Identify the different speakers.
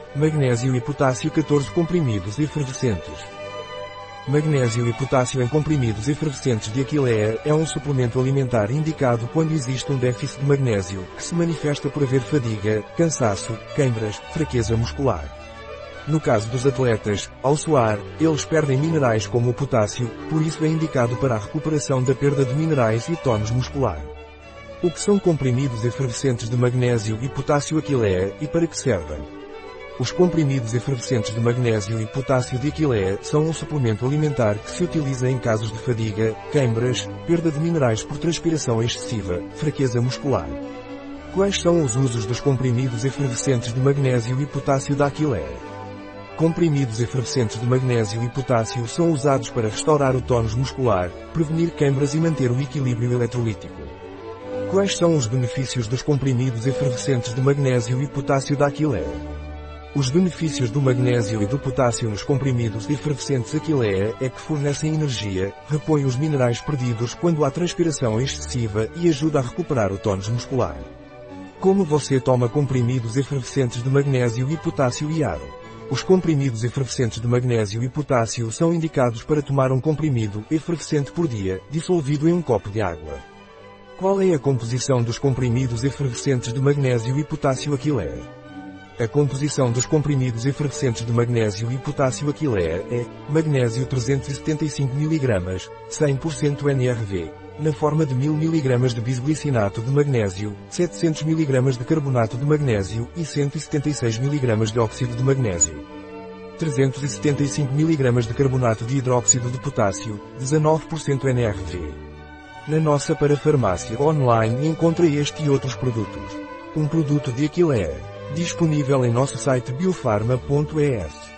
Speaker 1: Magnésio e potássio 14 comprimidos efervescentes. Magnésio e potássio em comprimidos efervescentes de Aquilea é um suplemento alimentar indicado quando existe um déficit de magnésio, que se manifesta por haver fadiga, cansaço, queimbras, fraqueza muscular. No caso dos atletas, ao suar, eles perdem minerais como o potássio, por isso é indicado para a recuperação da perda de minerais e tónus muscular. O que são comprimidos efervescentes de magnésio e potássio Aquilea e para que servem? Os comprimidos efervescentes de magnésio e potássio de Aquilea são um suplemento alimentar que se utiliza em casos de fadiga, queimbras, perda de minerais por transpiração excessiva, fraqueza muscular. Quais são os usos dos comprimidos efervescentes de magnésio e potássio da Aquilea? Comprimidos efervescentes de magnésio e potássio são usados para restaurar o tónus muscular, prevenir queimbras e manter o equilíbrio eletrolítico. Quais são os benefícios dos comprimidos efervescentes de magnésio e potássio da Aquilea? Os benefícios do magnésio e do potássio nos comprimidos efervescentes Aquilea é que fornecem energia, repõem os minerais perdidos quando há transpiração excessiva e ajuda a recuperar o tónus muscular. Como você toma comprimidos efervescentes de magnésio e potássio IARO? Os comprimidos efervescentes de magnésio e potássio são indicados para tomar um comprimido efervescente por dia, dissolvido em um copo de água. Qual é a composição dos comprimidos efervescentes de magnésio e potássio Aquilea? A composição dos comprimidos efervescentes de magnésio e potássio Aquilea é: magnésio 375 mg, 100% NRV, na forma de 1000 mg de bisglicinato de magnésio, 700 mg de carbonato de magnésio e 176 mg de óxido de magnésio. 375 mg de carbonato de hidróxido de potássio, 19% NRV. Na nossa parafarmácia online encontra este e outros produtos. Um produto de Aquilea. Disponível em nosso site biofarma.es.